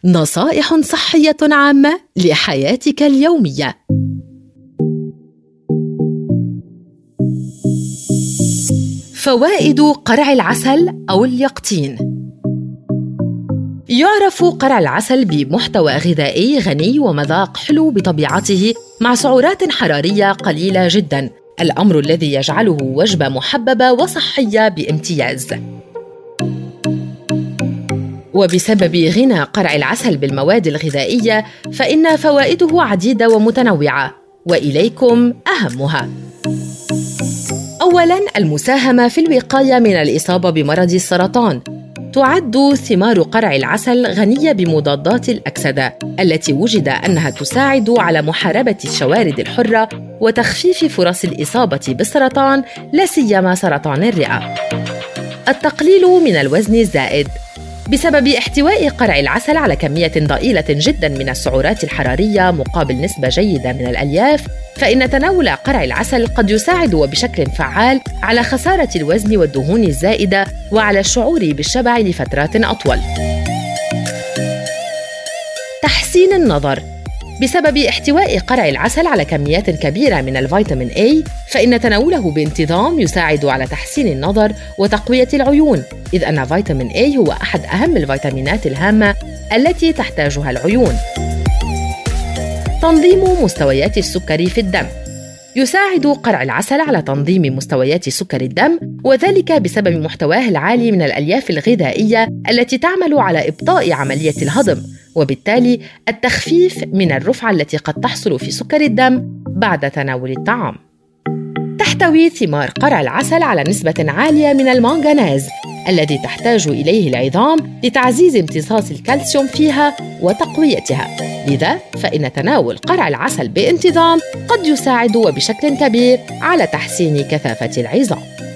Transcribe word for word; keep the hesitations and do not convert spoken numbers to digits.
نصائح صحية عامة لحياتك اليومية. فوائد قرع العسل أو اليقطين. يعرف قرع العسل بمحتوى غذائي غني ومذاق حلو بطبيعته، مع سعرات حرارية قليلة جداً، الأمر الذي يجعله وجبة محببة وصحية بامتياز. وبسبب غنى قرع العسل بالمواد الغذائية، فإن فوائده عديدة ومتنوعة، وإليكم أهمها. أولاً، المساهمة في الوقاية من الإصابة بمرض السرطان. تعد ثمار قرع العسل غنية بمضادات الأكسدة التي وجد أنها تساعد على محاربة الشوارد الحرة وتخفيف فرص الإصابة بالسرطان، لا سيما سرطان الرئة. التقليل من الوزن الزائد. بسبب احتواء قرع العسل على كمية ضئيلة جداً من السعرات الحرارية مقابل نسبة جيدة من الألياف، فإن تناول قرع العسل قد يساعد وبشكل فعال على خسارة الوزن والدهون الزائدة وعلى الشعور بالشبع لفترات أطول. تحسين النظر. بسبب احتواء قرع العسل على كميات كبيرة من الفيتامين إيه، فإن تناوله بانتظام يساعد على تحسين النظر وتقوية العيون، إذ أن فيتامين إيه هو أحد أهم الفيتامينات الهامة التي تحتاجها العيون. تنظيم مستويات السكر في الدم. يساعد قرع العسل على تنظيم مستويات سكر الدم، وذلك بسبب محتواه العالي من الألياف الغذائية التي تعمل على إبطاء عملية الهضم، وبالتالي التخفيف من الرفعة التي قد تحصل في سكر الدم بعد تناول الطعام. تحتوي ثمار قرع العسل على نسبة عالية من المنغنيز الذي تحتاج إليه العظام لتعزيز امتصاص الكالسيوم فيها وتقويتها، لذا فإن تناول قرع العسل بانتظام قد يساعد وبشكل كبير على تحسين كثافة العظام.